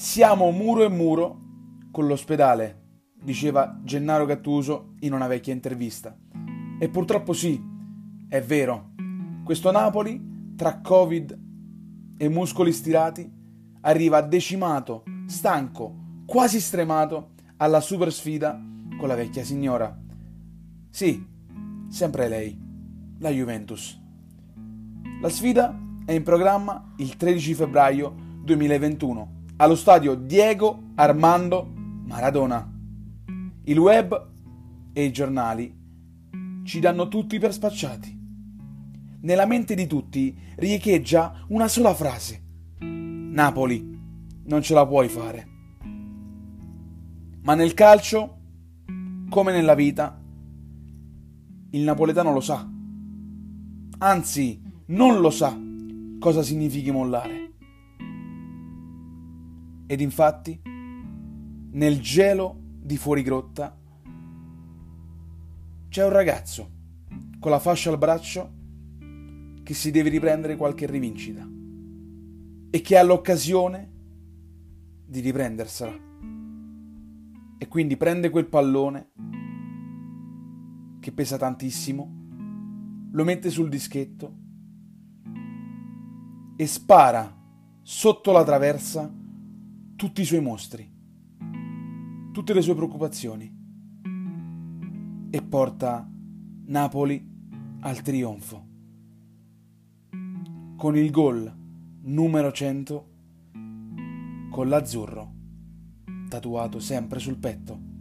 Siamo muro e muro con l'ospedale, diceva Gennaro Gattuso in una vecchia intervista. E purtroppo sì, è vero. Questo Napoli, tra Covid e muscoli stirati, arriva decimato, stanco, quasi stremato alla super sfida con la vecchia signora. Sì, sempre lei, la Juventus. La sfida è in programma il 13 febbraio 2021 allo stadio Diego Armando Maradona. Il web e i giornali ci danno tutti per spacciati. Nella mente di tutti riecheggia una sola frase: Napoli, non ce la puoi fare. Ma nel calcio, come nella vita, il napoletano lo sa. Anzi, non lo sa cosa significhi mollare. Ed infatti, nel gelo di fuori grotta, c'è un ragazzo con la fascia al braccio che si deve riprendere qualche rivincita e che ha l'occasione di riprendersela. E quindi prende quel pallone che pesa tantissimo, lo mette sul dischetto e spara sotto la traversa tutti i suoi mostri, tutte le sue preoccupazioni, e porta Napoli al trionfo con il gol numero 100 con l'azzurro tatuato sempre sul petto.